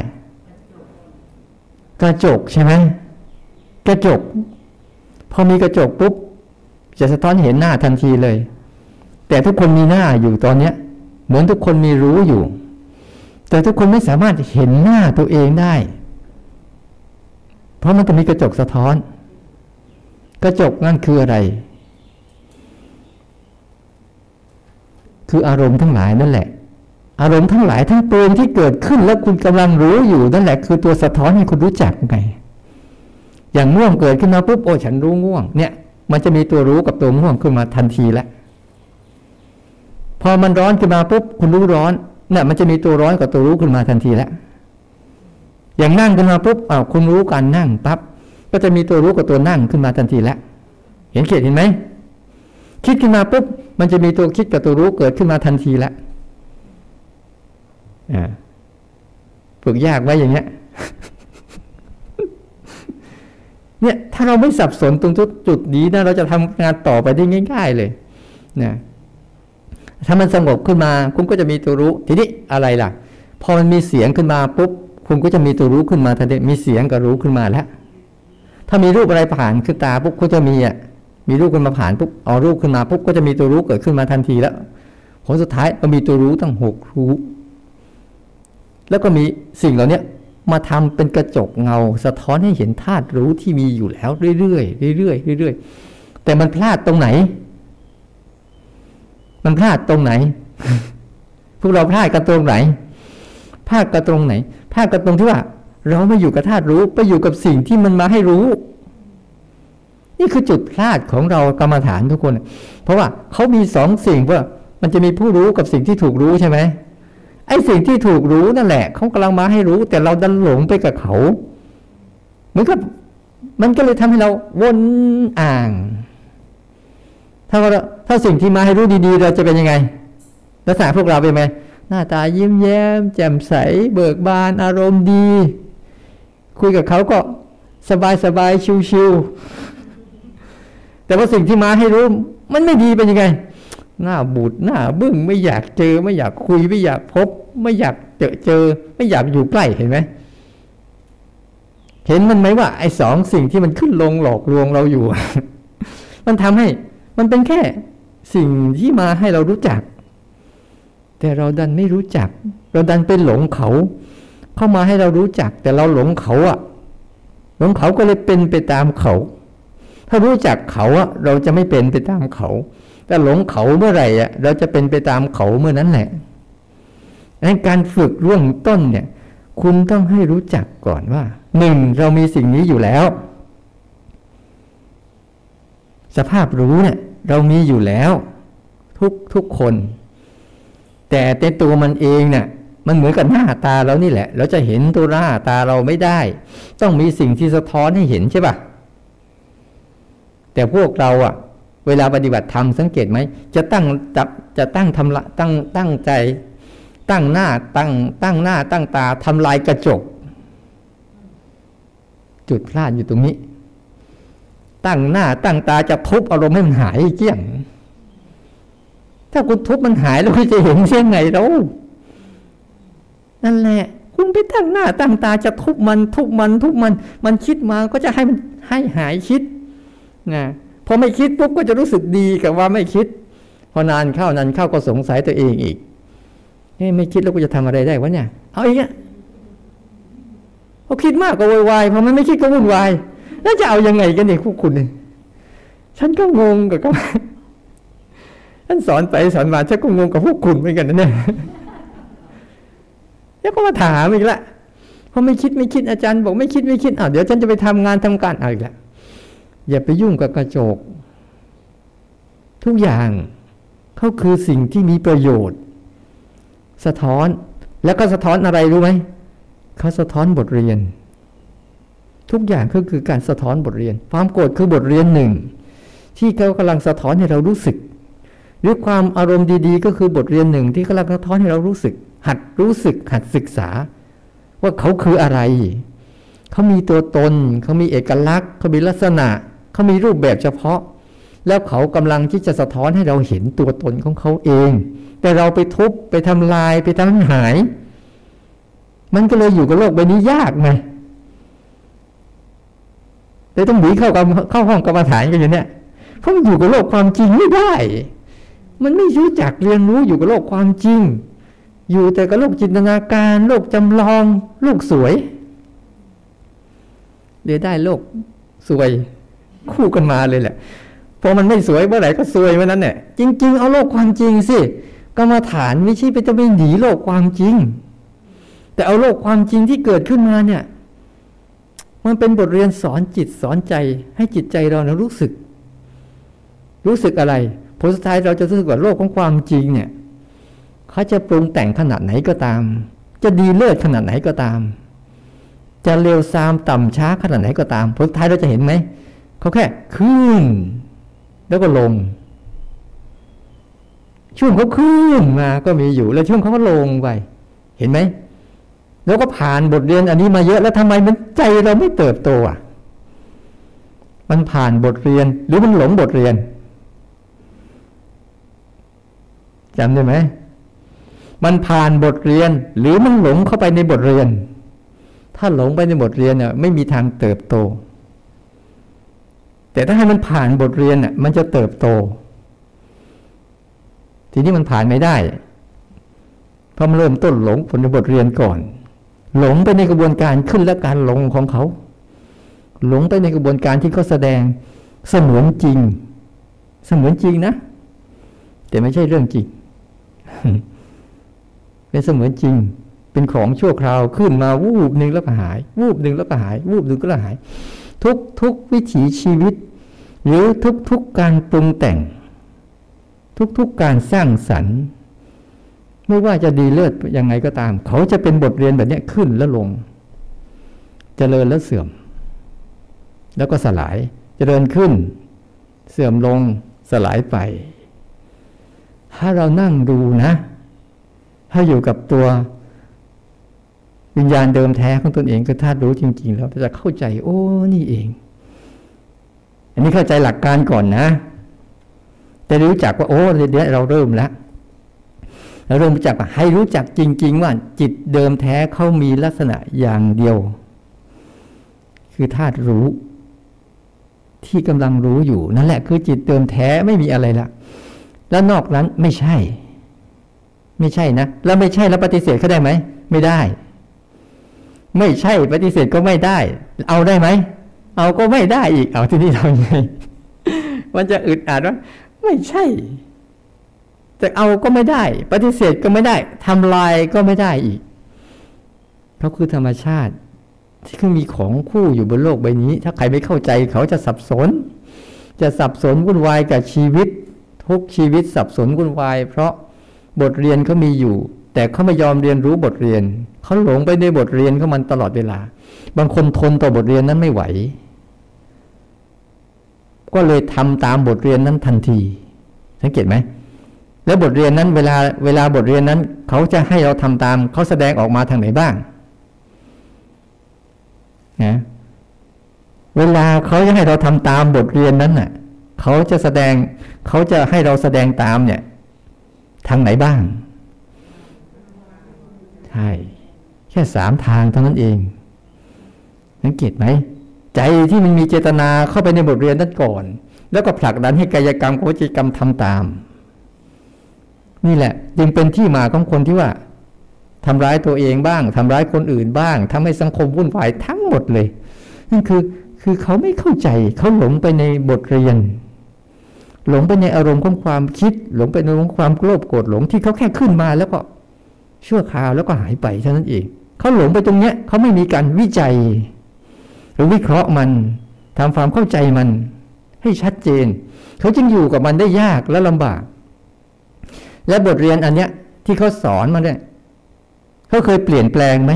กระจกใช่ไหมกระจกพอมีกระจกปุ๊บจะสะท้อนเห็นหน้าทันทีเลยแต่ทุกคนมีหน้าอยู่ตอนเนี้ยเหมือนทุกคนมีรู้อยู่แต่ทุกคนไม่สามารถเห็นหน้าตัวเองได้เพราะมันจะมีกระจกสะท้อนกระจกนั่นคืออะไรคืออารมณ์ทั้งหลายนั่นแหละอารมณ์ทั้งหลายทั้งปวงที่เกิดขึ้นแล้วคุณกำลังรู้อยู่นั่นแหละคือตัวสะท้อนให้คุณรู้จักไงอย่างง่วงเกิดขึ้นมาปุ๊บฉันรู้ง่วงเนี่ยมันจะมีตัวรู้กับตัวง่วงขึ้นมาทันทีแล้วพอมันร้อนขึ้นมาปุ๊บคุณรู้ร้อนเนี่ยมันจะมีตัวร้อนกับตัวรู้ขึ้นมาทันทีแล้วอย่างนั่งขึ้นมาปุ๊บคุณรู้การนั่งปั๊บก็จะมีตัวรู้กับตัวนั่งขึ้นมาทันทีแล้วเห็นไหมคิดขึ้นมาปุ๊บมันจะมีตัวคิดกับตัวรู้เกิดขึ้นมาทันทีแล้วฝึกยากไว้อย่างเงี้ยเนี่ยถ้าเราไม่สับสนตรงจุดนี้นะเราจะทำงานต่อไปได้ง่ายๆเลยนะถ้ามันสงบขึ้นมาคุณก็จะมีตัวรู้ทีนี้อะไรล่ะพอมันมีเสียงขึ้นมาปุ๊บคุณก็จะมีตัวรู้ขึ้นมาทันทีมีเสียงกับรู้ขึ้นมาแล้วถ้ามีรูปอะไรผ่านขึ้นตาปุ๊บก็จะมีรูปขึ้นมาผ่านปุ๊บเอารูปขึ้นมาปุ๊บก็จะมีตัวรู้เกิดขึ้นมาทันทีแล้วผลสุดท้ายก็มีตัวรู้ตั้ง6รู้แล้วก็มีสิ่งเหล่านี้มาทำเป็นกระจกเงาสะท้อนให้เห็นธาตุรู้ที่มีอยู่แล้วเรื่อยๆแต่มันพลาดตรงไหนมันพลาดตรงไหน พวกเราพลาดกันตรงไหนพลาดกันตรงไหนพลาดกันตรงที่ว่าเราไม่อยู่กับธาตุรู้ไปอยู่กับสิ่งที่มันมาให้รู้นี่คือจุดพลาดของเรากรรมฐานทุกคนเพราะว่าเขามี2สิ่งว่ามันจะมีผู้รู้กับสิ่งที่ถูกรู้ใช่ไหมไอ้สิ่งที่ถูกรู้นั่นแหละเขากำลังมาให้รู้แต่เราดันหลงไปกับเขาเหมือนกับมันก็เลยทำให้เราวนอ่างถ้าสิ่งที่มาให้รู้ดีๆเราจะเป็นยังไงลักษณะพวกเราเป็นไหมหน้าตายิ้มแย้มแจ่มใสเบิกบานอารมณ์ดีคุยกับเขาก็สบายชิวๆแต่ว่าสิ่งที่มาให้รู้มันไม่ดีเป็นยังไงหน้าบูดหน้าบึ้งไม่อยากเจอไม่อยากคุยไม่อยากพบไม่อยากเจอไม่อยากอยู่ใกล้เห็นไหมเห็นมันไหมว่าไอ้สองสิ่งที่มันขึ้นลงหลอกลวงเราอยู่ มันทำให้มันเป็นแค่สิ่งที่มาให้เรารู้จักแต่เราดันไม่รู้จักเราดันเป็นหลงเขาเข้ามาให้เรารู้จักแต่เราหลงเขาอะหลงเขาก็เลยเป็นไปตามเขาถ้ารู้จักเขาอะเราจะไม่เป็นไปตามเขาแต่หลงเขาเมื่อไหร่อะเราจะเป็นไปตามเขาเมื่อนั้นแหละในการฝึกเรื่องต้นเนี่ยคุณต้องให้รู้จักก่อนว่าหนึ่งเรามีสิ่งนี้อยู่แล้วสภาพรู้เนี่ยเรามีอยู่แล้วทุกคนแต่ในตัวมันเองเนี่ยมันเหมือนกับหน้าตาเรานี่แหละเราจะเห็นตัวหน้าตาเราไม่ได้ต้องมีสิ่งที่สะท้อนให้เห็นใช่ป่ะแต่พวกเราอะเวลาปฏิบัติธรรมสังเกตไหมจะตั้งทำละตั้งใจตั้งหน้าตั้งตาทำลายกระจกจุดพลาดอยู่ตรงนี้ตั้งหน้าตั้งตาจะทุบอารมณ์ให้มันหายเกลี้ยงถ้าคุณทุบมันหายแล้วคุณจะเห็นเช่นไงเรานั่นแหละคุณไปตั้งหน้าตั้งตาจะทุบมันมันคิดมาก็จะให้มันให้หายคิดนะพอไม่คิดปุ๊บก็จะรู้สึกดีกับว่าไม่คิดพอนานเข้าก็สงสัยตัวเองอีกไม่คิดแล้วกูจะทำอะไรได้วะเนี่ยเอาอีกอ่ะพอคิดมากก็วุ่นวายพอมันไม่คิดก็วุ่นวายแล้วจะเอายังไงกันเนี่ยคุณเนี่ยฉันก็งงกับเขาท่านสอนไปสอนมาฉันก็งงกับพวกคุณเหมือนกันนะเนี่ยแล้วก็มาถามอีกละพอไม่คิดอาจารย์บอกไม่คิดเดี๋ยวฉันจะไปทำงานทำการเอาอีกละอย่าไปยุ่งกับกระจกทุกอย่างเขาคือสิ่งที่มีประโยชน์สะท้อนแล้วก็สะท้อนอะไรรู้ไหมเขาสะท้อนบทเรียนทุกอย่างก็คือการสะท้อนบทเรียนความโกรธคือบทเรียนหนึ่งที่เขากำลังสะท้อนให้เรารู้สึกหรือความอารมณ์ดีๆก็คือบทเรียนหนึ่งที่กำลังสะท้อนให้เรารู้สึกหัดศึกษาว่าเขาคืออะไรเขามีตัวตนเขามีเอกลักษณ์เขามีลักษณะเขามีรูปแบบเฉพาะแล้วเขากำลังที่จะสะท้อนให้เราเห็นตัวตนของเขาเองแต่เราไปทุบไปทำลายไปทำให้หายมันก็เลยอยู่กับโลกใบนี้ยากไงเลยต้องหนีเข้าห้องกรรมฐานกันอย่างเนี้ยเพราะมันอยู่กับโลกความจริงไม่ได้มันไม่รู้จักเรียนรู้อยู่กับโลกความจริงอยู่แต่กับโลกจินตนาการโลกจำลองโลกสวยเดี๋ยวได้โลกสวยคู่กันมาเลยแหละพอมันไม่สวยเมื่อไหร่ก็สวยเมื่อนั้นเนี่ยจริงๆเอาโลกความจริงสิกรรมฐานไม่ใช่ไปจะไปหนีโลกความจริงแต่เอาโลกความจริงที่เกิดขึ้นมาเนี่ยมันเป็นบทเรียนสอนจิตสอนใจให้จิตใจเราเนี่ยรู้สึกอะไรผลสุดท้ายเราจะรู้สึกว่าโลกของความจริงเนี่ยเขาจะปรุงแต่งขนาดไหนก็ตามจะดีเลิศขนาดไหนก็ตามจะเร็วซามต่ำช้าขนาดไหนก็ตามผลสุดท้ายเราจะเห็นไหมเขาแค่ขึ้นแล้วก็ลงช่วงเขาขึ้นมาก็มีอยู่แล้วช่วงเขาก็ลงไปเห็นไหมแล้วก็ผ่านบทเรียนอันนี้มาเยอะแล้วทำไมมันใจเราไม่เติบโตอ่ะมันผ่านบทเรียนหรือมันหลงบทเรียนจำได้ไหมมันผ่านบทเรียนหรือมันหลงเข้าไปในบทเรียนถ้าหลงไปในบทเรียนเนี่ยไม่มีทางเติบโตแต่ถ้าให้มันผ่านบทเรียนเนี่ยมันจะเติบโตทีนี้มันผ่านไม่ได้เพราะมันเริ่มต้นหลงผลในบทเรียนก่อนหลงไปในกระบวนการขึ้นและการลงของเขาหลงไปในกระบวนการที่เขาแสดงเสมือนจริงนะแต่ไม่ใช่เรื่องจริงเป็นเสมือนจริงเป็นของชั่วคราวขึ้นมาวูบหนึ่งแล้วก็หายวูบหนึ่งแล้วก็หายวูบหนึ่งก็หายทุกวิถีชีวิตหรือทุกการปรุงแต่งทุกการสร้างสรรค์ไม่ว่าจะดีเลิศยังไงก็ตามเขาจะเป็นบทเรียนแบบนี้ขึ้นแล้วลงเจริญแล้วเสื่อมแล้วก็สลายเจริญขึ้นเสื่อมลงสลายไปถ้าเรานั่งดูนะถ้าอยู่กับตัววิญญาณเดิมแท้ของตนเองคือธาตุรู้จริงๆแล้วจะเข้าใจโอ้นี่เองอันนี้เข้าใจหลักการก่อนนะแต่รู้จักว่าโอ้เดี๋ยวเราเริ่มแล้วเราเริ่มรู้จักว่าให้รู้จักจริงๆว่าจิตเดิมแท้เขามีลักษณะอย่างเดียวคือธาตุรู้ที่กำลังรู้อยู่นั่นแหละคือจิตเดิมแท้ไม่มีอะไรละแล้วนอกนั้นไม่ใช่นะแล้วไม่ใช่แล้วปฏิเสธเขาได้ไหมไม่ได้ไม่ใช่ปฏิเสธก็ไม่ได้เอาได้ไหมเอาก็ไม่ได้อีกเอาที่นี่ทำไงมันจะอึดอัดว่าไม่ใช่แต่เอาก็ไม่ได้ปฏิเสธก็ไม่ได้ทำลายก็ไม่ได้อีกเขาคือธรรมชาติที่เขามีของคู่อยู่บนโลกใบนี้ถ้าใครไม่เข้าใจเขาจะสับสนวุ่นวายกับชีวิตทุกชีวิตสับสนวุ่นวายเพราะบทเรียนเขามีอยู่แต่เขาไม่ยอมเรียนรู้บทเรียนเขาหลงไปในบทเรียนของมันตลอดเวลาบางคนทนต่อบทเรียนนั้นไม่ไหวก็เลยทำตามบทเรียนนั้นทันทีสังเกตไหมแล้วบทเรียนนั้นเวลาบทเรียนนั้นเขาจะให้เราทำตามเขาแสดงออกมาทางไหนบ้างนะเวลาเขาจะให้เราทำตามบทเรียนนั้นน่ะเขาจะให้เราแสดงตามเนี่ยทางไหนบ้างใช่แค่3 ทางเท่านั้นเองสังเกตไหมใจที่มันมีเจตนาเข้าไปในบทเรียนนั้นก่อนแล้วก็ผลักดันให้กายกรรมกับวจีกรรมทำตามนี่แหละจึงเป็นที่มาของคนที่ว่าทำร้ายตัวเองบ้างทำร้ายคนอื่นบ้างทำให้สังคมวุ่นวายทั้งหมดเลยนั่นคือเขาไม่เข้าใจเขาหลงไปในบทเรียนหลงไปในอารมณ์ของความคิดหลงไปในอารมณ์ของความโกรธโกรธหลงที่เขาแค่ขึ้นมาแล้วก็ชั่วคราวแล้วก็หายไปเท่านั้นเองเขาหลงไปตรงเนี้ยเขาไม่มีการวิจัยหรือวิเคราะห์มันทำความเข้าใจมันให้ชัดเจนเขาจึงอยู่กับมันได้ยากและลำบากและบทเรียนอันเนี้ยที่เขาสอนมาเนี่ยเขาเคยเปลี่ยนแปลงไหม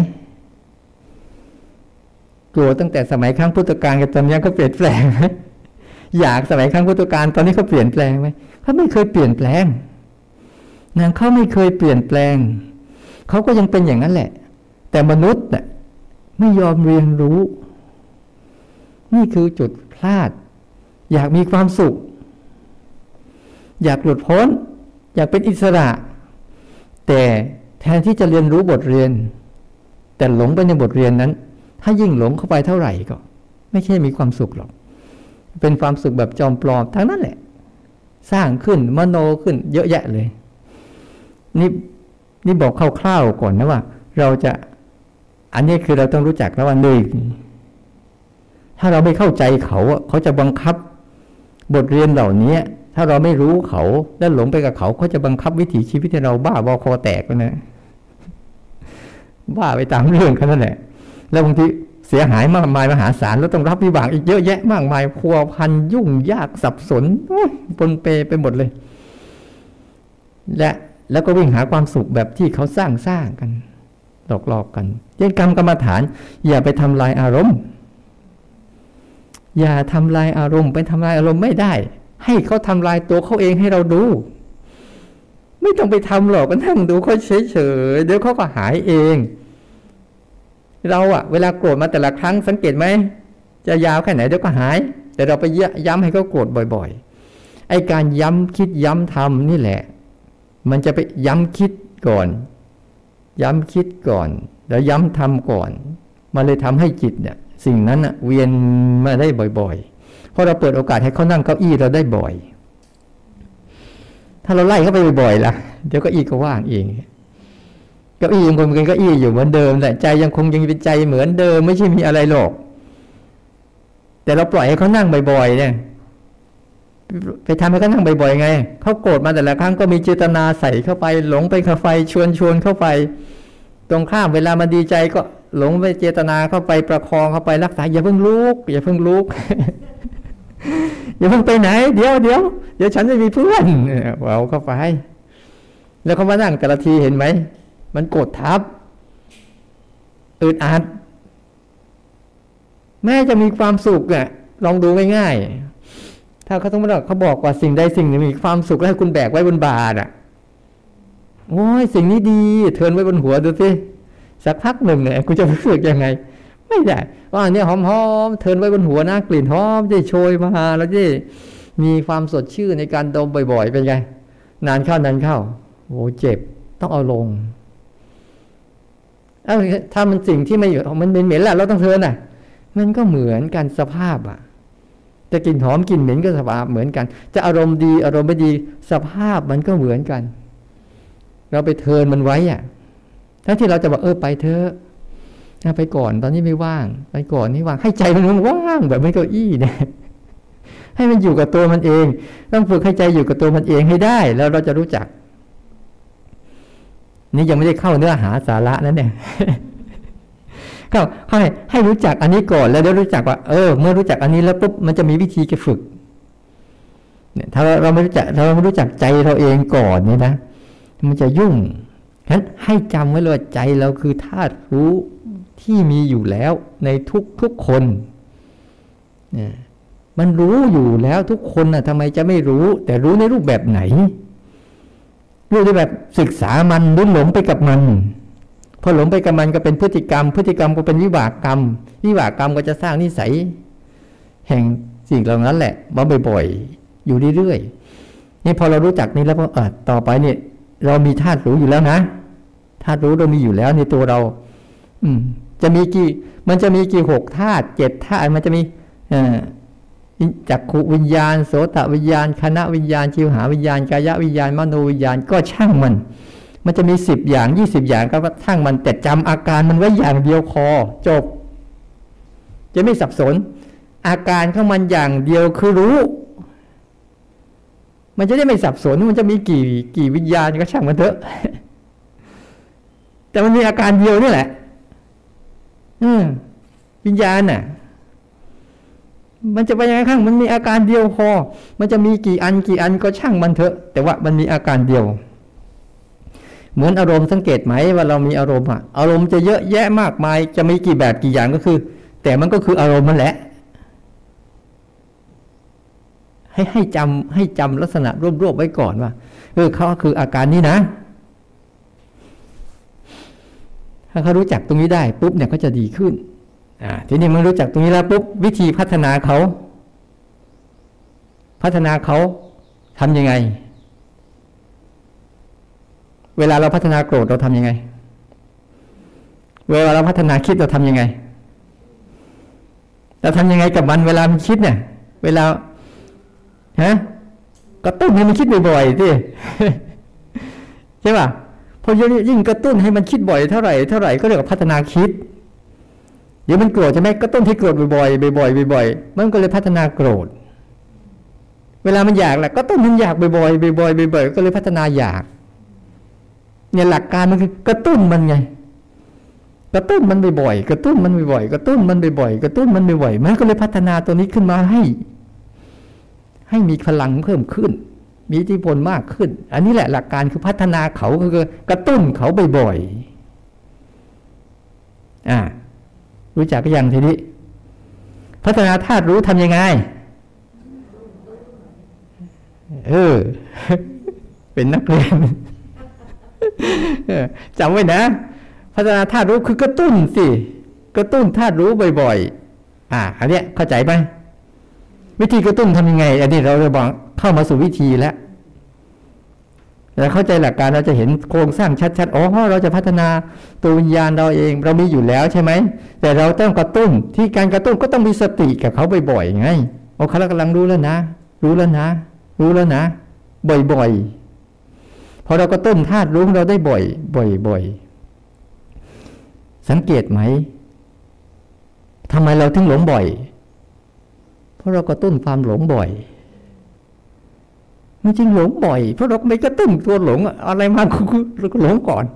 ตัวตั้งแต่สมัยครั้งพุทธกาลกับตอนนี้เขาเปลี่ยนแปลงไหมอยากสมัยครั้งพุทธกาลตอนนี้เขาเปลี่ยนแปลงไหมเขาไม่เคยเปลี่ยนแปลงนะเขาไม่เคยเปลี่ยนแปลงเขาก็ยังเป็นอย่างนั้นแหละแต่มนุษย์น่ะไม่ยอมเรียนรู้นี่คือจุดพลาดอยากมีความสุขอยากหลุดพ้นอยากเป็นอิสระแต่แทนที่จะเรียนรู้บทเรียนแต่หลงไปในบทเรียนนั้นถ้ายิ่งหลงเข้าไปเท่าไหร่ก็ไม่ใช่มีความสุขหรอกเป็นความสุขแบบจอมปลอมทั้งนั้นแหละสร้างขึ้นมโนขึ้นเยอะแยะเลยนี่บอกคร่าวๆก่อนนะว่าเราจะอันนี้คือเราต้องรู้จักแล้วว่าหนึ่งถ้าเราไม่เข้าใจเขาจะบังคับบทเรียนเหล่านี้ถ้าเราไม่รู้เขาแล้วหลงไปกับเขาจะบังคับวิถีชีวิตให้เราบ้าบอคอแตกนะบ้าไปตามเรื่องเขานั่นแหละแล้วบางทีเสียหายมากมายมหาศาลแล้วต้องรับวิบากอีกเยอะแยะมากมายพัวพันยุ่งยากสับสนปนเปไปหมดเลยแล้วก็วิ่งหาความสุขแบบที่เขาสร้างกันหลอกกันเรื่องกรรมฐานอย่าไปทำลายอารมณ์อย่าทำลายอารมณ์ไปทำลายอารมณ์ไม่ได้ให้เขาทำลายตัวเขาเองให้เราดูไม่ต้องไปทำหรอกก็นั่งดูเขาเฉยๆเดี๋ยวเขาก็หายเองเราเวลาโกรธมาแต่ละครั้งสังเกตไหมจะยาวแค่ไหนเดี๋ยวก็หายแต่เราไปย้ำให้เขาโกรธบ่อยๆไอ้การย้ำคิดย้ำทำนี่แหละมันจะไปย้ำคิดก่อนแล้วย้ำทำก่อนมันเลยทำให้จิตเนี่ยสิ่งนั้นเวียนมาได้บ่อยๆเพราะเราเปิดโอกาสให้เขานั่งเก้าอี้เราได้บ่อยถ้าเราไล่เขาไปบ่อยๆล่ะเดี๋ยวเก้าอี้ก็ว่างเองเก้าอี้ยังคงเป็นเก้าอี้อยู่เหมือนเดิมแต่ใจยังคงเป็นใจเหมือนเดิมไม่ใช่มีอะไรหรอกแต่เราปล่อยให้เขานั่งบ่อยๆเนี่ยไปทำให้เขานั่งบ่อยๆไงเขาโกรธมาแต่ละครั้งก็มีเจตนาใส่เข้าไปหลงไปเข้าไฟชวนเข้าไปตรงข้ามเวลามาดีใจก็หลงไปเจตนาเข้าไปประคองเข้าไปรักษาอย่าเพิ่งลุก อย่าเพิ่งไปไหนเดี๋ยวฉันจะมีเพื่อนเอาเข้าไปแล้วเขามานั่งแต่ละทีเห็นไหมมันกดทับอึดอัดแม้จะมีความสุขลองดูง่ายๆถ้าเขาต้องบอกเขาบอกว่าสิ่งใดสิ่งหนึ่งมีความสุขแล้วให้คุณแบกไว้บนบ่าอ่ะโอ้ยสิ่งนี้ดีเทินไว้บนหัวดูสิสักพักหนึ่งเนี่ยคุณจะรู้สึกยังไงไม่ได้ว่าอันนี้หอมๆเทินไว้บนหัวนะกลิ่นหอมจะโชยมาแล้วจะมีความสดชื่นในการดมบ่อยๆเป็นไงนานเข้าโอ้เจ็บต้องเอาลงถ้ามันสิ่งที่ไม่อยู่มันเหม็นๆแหละเราต้องเทินน่ะมันก็เหมือนกันสภาพจะกลิ่นหอมกลิ่นเหม็นก็สภาพเหมือนกันจะอารมณ์ดีอารมณ์ไม่ดีสภาพมันก็เหมือนกันเราไปเทินมันไว้ทั้งที่เราจะบอกไปเถอะไปก่อนตอนนี้ไม่ว่างไปก่อนนี่ว่างให้ใจมันว่างแบบไม่เก้าอี้เนี่ยให้มันอยู่กับตัวมันเองต้องฝึกให้ใจอยู่กับตัวมันเองให้ได้แล้วเราจะรู้จักนี่ยังไม่ได้เข้าเนื้อหาสาระนั่นเนี่ยเข้าให้รู้จักอันนี้ก่อนแล้วได้รู้จักว่าเมื่อรู้จักอันนี้แล้วปุ๊บมันจะมีวิธีจะฝึกเนี่ยถ้าเราไม่รู้จักใจเราเองก่อนเนี่ยนะมันจะยุ่งฉะนั้นให้จำไว้เลยว่าใจเราคือธาตุรู้ที่มีอยู่แล้วในทุกคนเนี่ยมันรู้อยู่แล้วทุกคนน่ะทำไมจะไม่รู้แต่รู้ในรูปแบบไหนรู้ในแบบศึกษามันหรือหลงไปกับมันพอหลงไปกับมันก็เป็นพฤติกรรมก็เป็นวิบากกรรมก็จะสร้างนิสัยแห่งสิ่งเหล่านั้นแหละมาบ่อยๆอยู่เรื่อยๆนี่พอเรารู้จักนี้แล้วก็ต่อไปเนี่ยเรามีธาตุรู้อยู่แล้วนะธาตุรู้เรามีอยู่แล้วในตัวเราจะมีมันจะมีกี่6 ธาตุ7 ธาตุมันจะมีจักขุวิญญาณโสตวิญญาณคณะวิญญาณชิวหาวิญญาณกายวิญญาณมโนวิญญาณก็ช่างมันจะมี10 อย่าง20 อย่างก็ช่างมันแต่จำอาการมันไว้อย่างเดียวพอจบจะไม่สับสนอาการของมันอย่างเดียวคือรู้มันจะได้ไม่สับสนมันจะมีกี่วิญญาณก็ช่างมันเถอะแต่มันมีอาการเดียวนี่แหละวิญญาณน่ะมันจะไปยังไงข้างมันมีอาการเดียวพอมันจะมีกี่อันก็ช่างมันเถอะแต่ว่ามันมีอาการเดียวเหมือนอารมณ์สังเกตไหมว่าเรามีอารมณ์อารมณ์จะเยอะแยะมากมายจะมีกี่แบบกี่อย่างก็คือแต่มันก็คืออารมณ์มันแหละให้จำลักษณะรวบๆไว้ก่อนว่าเขาคืออาการนี้นะถ้าเขารู้จักตรงนี้ได้ปุ๊บเนี่ยเขาจะดีขึ้นทีนี้มันรู้จักตรงนี้แล้วปุ๊บวิธีพัฒนาเขาทำยังไงเวลาเราพัฒนาโกรธเราทำยังไงเวลาเราพัฒนาคิดเราทำยังไงเราทำยังไงกับมันเวลามันคิดเนี่ยเวลาก็ตุ้นให้มันคิดบ่อยๆสิใช่ป่ะพอยิ่งกระตุ้นให้มันคิดบ่อยเท่าไหร่ก็เรียกว่าพัฒนาคิดเดี๋ยวมันโกรธใช่ไหมกระตุ้นให้โกรธบ่อยๆมันก็เลยพัฒนาโกรธเวลามันอยากแหละก็ตุ้นมันอยากบ่อยๆก็เลยพัฒนาอยากเนี่ยหลักการมันคือกระตุ้นมันไงกระตุ้นมันบ่อยๆกระตุ้นมันบ่อยๆกระตุ้นมันบ่อยๆกระตุ้นมันบ่อยๆมันก็เลยพัฒนาตัวนี้ขึ้นมาให้มีพลังเพิ่มขึ้นมีอิทธิพลมากขึ้นอันนี้แหละหลักการคือพัฒนาเขาคือกระตุ้นเขาบ่อยๆรู้จักก็ยังทีนี้พัฒนาธาตุรู้ทำยังไงเป็นนักเรียนจำไว้นะพัฒนาธาตุรู้คือกระตุ้นสิกระตุ้นธาตุรู้บ่อยๆอันเนี้ยเข้าใจไหมวิธีกระตุ้นทำยังไงอันนี้เราจะบอกเข้ามาสู่วิธีแล้วแต่เข้าใจหลักการเราจะเห็นโครงสร้างชัดๆเราจะพัฒนาตัววิญญาณเราเองเรามีอยู่แล้วใช่ไหมแต่เราต้องกระตุ้นที่การกระตุ้นก็ต้องมีสติกับเขาบ่อยๆไงเขากำลังรู้แล้วนะบ่อยๆพอเรากระตุ้นธาตุรู้เราได้บ่อยสังเกตไหมทำไมเราถึงหลงบ่อยเพราะเรากระตุ้นความหลงบ่อยมันจริงหลงบ่อยเพราะเราไม่กระตุ้นตัวหลงอะไรมาเราก็หลงก่อน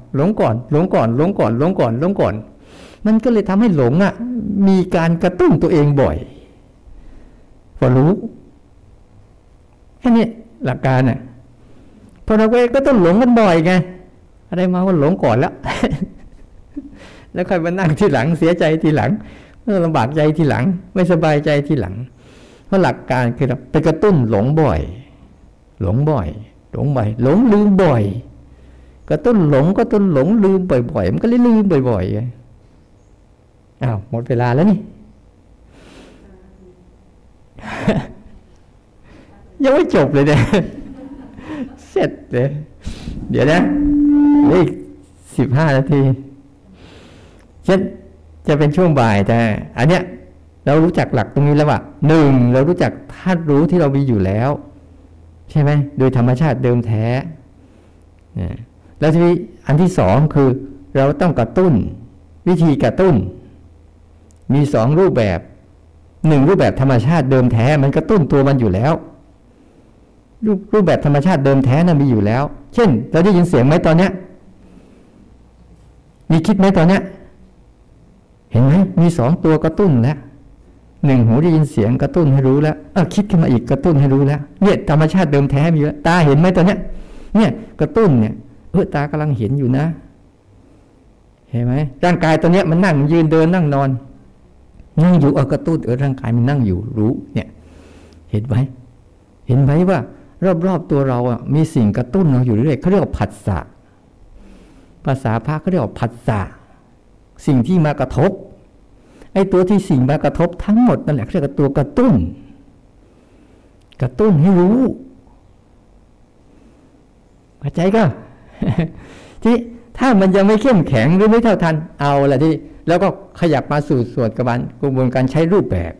มันก็เลยทำให้หลงมีการกระตุ้นตัวเองบ่อยพอรู้แค่นี้หลักการพอเราก็ต้องหลงกันบ่อยไงอะไรมาก็หลงก่อนแล้วแล้วค่อยมานั่งทีหลังเสียใจทีหลังลำบากใจทีหลังไม่สบายใจทีหลังราะหลักการคือไปกระตุ้นหลงบ่อยหลงบ่อยหลงบ่อยหลงลืมบ่อยกระตุ้นหลงก็ต้นหลงลืมบ่อยๆมันก็เลยลืมบ่อยๆอ้าวหมดเวลาแล้วนี่ ยังไม่จบเลยเนี่ยเสร็จเลยเดี๋ยวนะอีก15 นาทีจะเป็นช่วงบ่ายแต่อันเนี้ยเรารู้จักหลักตรงนี้แล้วว่า1เรารู้จักธาตุรู้ที่เรามีอยู่แล้วใช่ไหมโดยธรรมชาติเดิมแท้แล้วทีนี้อันที่2คือเราต้องกระตุ้นวิธีกระตุ้นมี2รูปแบบ1รูปแบบธรรมชาติเดิมแท้มันกระตุ้นตัวมันอยู่แล้วรูปแบบธรรมชาติเดิมแท้นั้นมีอยู่แล้วเช่นเราได้ยินเสียงไหมตอนเนี้ยมีคิดไหมตอนเนี้ยเห็นไหมมี2ตัวกระตุ้นแล้ว1หูได้ยินเสียงกระตุ้นให้รู้แล้วคิดขึ้นมาอีกกระตุ้นให้รู้แล้วเนี่ยธรรมชาติเดิมแท้มีอยู่แล้วตาเห็นไหมตอนเนี้ยเนี่ยกระตุ้นเนี่ยตากำลังเห็นอยู่นะเห็นไหมร่างกายตอนเนี้ยมันนั่งยืนเดินนั่งนอนนั่งอยู่กระตุ้นร่างกายมันนั่งอยู่รู้เนี่ยเห็นไหมว่ารอบๆตัวเรามีสิ่งกระตุ้นเราอยู่เรื่อยเขาเรียกว่าผัสสะภาษาพระเขาเรียกว่าผัสสะสิ่งที่มากระทบไอ้ตัวที่สิ่งมากระทบทั้งหมดนั่นแหละเรียกว่าตัวกระตุ้นให้รู้เข้าใจก็ ที่ถ้ามันยังไม่เข้มแข็งหรือไม่เท่าทันเอาละที่แล้วก็ขยับมาสู่ส่วนกระบวนการใช้รูปแบบ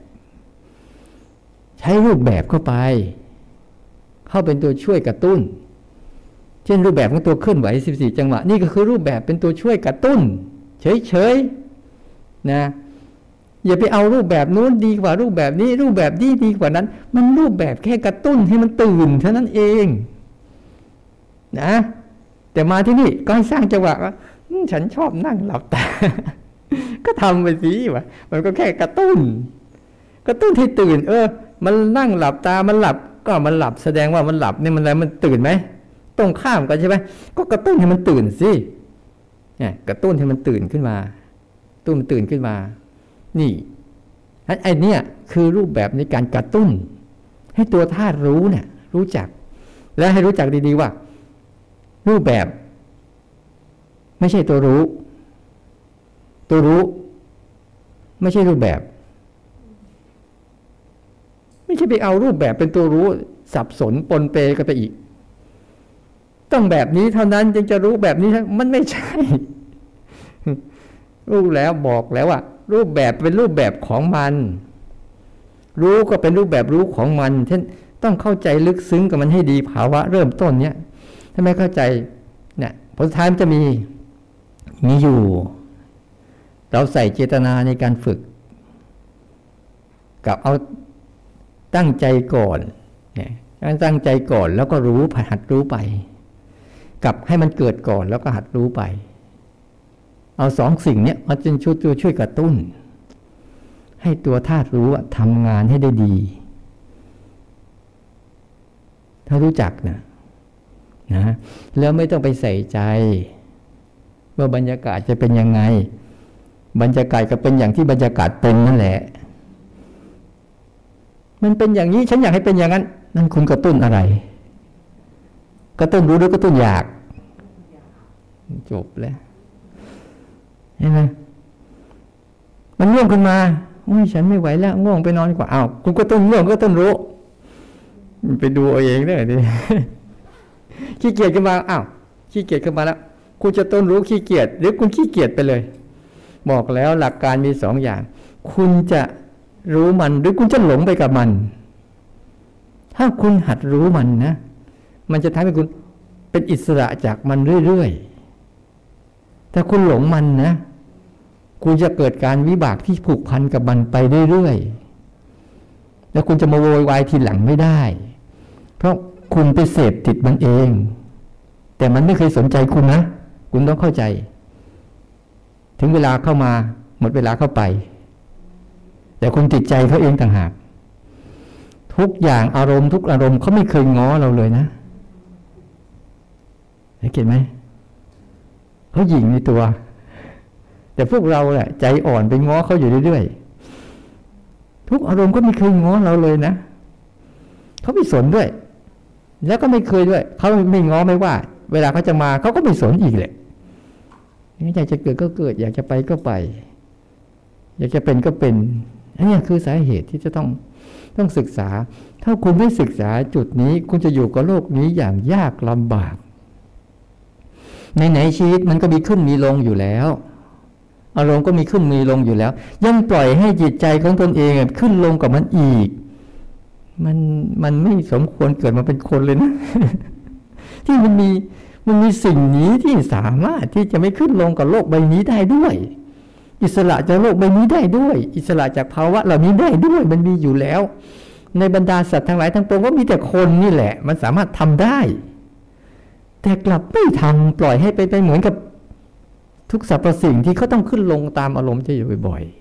เข้าเป็นตัวช่วยกระตุ้นเช่นรูปแบบของตัวเคลื่อนไหว14จังหวะนี่ก็คือรูปแบบเป็นตัวช่วยกระตุ้นเฉยๆนะอย่าไปเอารูปแบบนู้นดีกว่ารูปแบบนี้รูปแบบนี้ดีกว่านั้นมันรูปแบบแค่กระตุ้นให้มันตื่นเท่านั้นเองนะแต่มาที่นี่ก็ให้สร้างจังหวะว่าฉันชอบนั่งหลับตา ก็ทำไปสิวะมันก็แค่กระตุ้นให้ตื่นมันนั่งหลับตามันหลับก็มันหลับแสดงว่ามันหลับนี่มันอะไรมันตื่นไหมตรงข้ามกันใช่ไหมก็กระตุ้นให้มันตื่นสิเนี่ยกระตุ้นให้มันตื่นขึ้นมามันตื่นขึ้นมานี่ไอ้นี่คือรูปแบบในการกระตุ้นให้ตัวธาตุรู้เนี่ยรู้จักและให้รู้จักดีๆว่ารูปแบบไม่ใช่ตัวรู้ไม่ใช่รูปแบบไม่ใช่ไปเอารูปแบบเป็นตัวรู้สับสนปนเปกันไปอีกต้องแบบนี้เท่านั้นจึงจะรู้แบบนี้มันไม่ใช่ รู้แล้วบอกแล้วว่ารูปแบบเป็นรูปแบบของมันรู้ก็เป็นรูปแบบรู้ของมันเช่นต้องเข้าใจลึกซึ้งกับมันให้ดีภาวะเริ่มต้นเนี้ยถ้าไม่เข้าใจเนี่ยผลสุดท้ายมันจะมีอยู่เราใส่เจตนาในการฝึกกับเอาตั้งใจก่อนเนี่ยตั้งใจก่อนแล้วก็รู้หัดรู้ไปกับให้มันเกิดก่อนแล้วก็หัดรู้ไปเอา2 สิ่งนี้มันจะช่วยกระตุ้นให้ตัวธาตุรู้ทำงานให้ได้ดีถ้ารู้จักนะแล้วไม่ต้องไปใส่ใจว่าบรรยากาศจะเป็นยังไงบรรยากาศก็เป็นอย่างที่บรรยากาศเป็นนั่นแหละมันเป็นอย่างนี้ฉันอยากให้เป็นอย่างนั้นนั่นคุณกระตุ้นอะไรกระตุ้นรู้หรือกระตุ้นอยากจบแล้วเห็นไหมมันง่วงขึ้นมาฉันไม่ไหวแล้วง่วงไปนอนดีกว่าคุณกระตุ้นง่วงก็ต้นรู้ไปดูเอาเองได้ดิขี้เกียจขึ้นมาขี้เกียจขึ้นมาแล้วคุณจะต้นรู้ขี้เกียจหรือคุณขี้เกียจไปเลยบอกแล้วหลักการมี2 อย่างคุณจะรู้มันหรือคุณจะหลงไปกับมันถ้าคุณหัดรู้มันนะมันจะทำให้คุณเป็นอิสระจากมันเรื่อยๆถ้าคุณหลงมันนะคุณจะเกิดการวิบากที่ผูกพันกับมันไปเรื่อยๆแล้วคุณจะมาโวยวายทีหลังไม่ได้เพราะคุณไปเสพติดมันเองแต่มันไม่เคยสนใจคุณนะคุณต้องเข้าใจถึงเวลาเข้ามาหมดเวลาเข้าไปแต่คุณติดใจเขาเองต่างหากทุกอย่างอารมณ์ทุกอารมณ์เขาไม่เคยง้อเราเลยนะเห็นไหมเขาหยิ่งในตัวแต่พวกเราแหละใจอ่อนไปง้อเขาอยู่เรื่อยๆทุกอารมณ์ก็ไม่เคยง้อเราเลยนะเขาไม่สนด้วยแล้วก็ไม่เคยด้วยเขาไม่ง้อไม่ว่าเวลาเขาจะมาเขาก็ไม่สนอีกแหละอยากจะเกิดก็เกิดอยากจะไปก็ไปอยากจะเป็นก็เป็นอันนี้คือสาเหตุที่จะต้องศึกษาถ้าคุณไม่ศึกษาจุดนี้คุณจะอยู่กับโลกนี้อย่างยากลำบากไหนๆชีวิตมันก็มีขึ้นมีลงอยู่แล้วอารมณ์ก็มีขึ้นมีลงอยู่แล้วยังปล่อยให้จิตใจของตนเองขึ้นลงกับมันอีกมันไม่สมควรเกิดมาเป็นคนเลยนะ ที่มันมีสิ่งนี้ที่สามารถที่จะไม่ขึ้นลงกับโลกใบนี้ได้ด้วยอิสระจากโลกใบนี้ได้ด้วยอิสระจากภาวะเหล่านี้ได้ด้วยมันมีอยู่แล้วในบรรดาสัตว์ทั้งหลายทั้งปวงก็มีแต่คนนี่แหละมันสามารถทำได้แต่กลับไม่ทำปล่อยให้ไปเหมือนกับทุกสรรพสิ่งที่เขาต้องขึ้นลงตามอารมณ์จะอยู่บ่อยๆ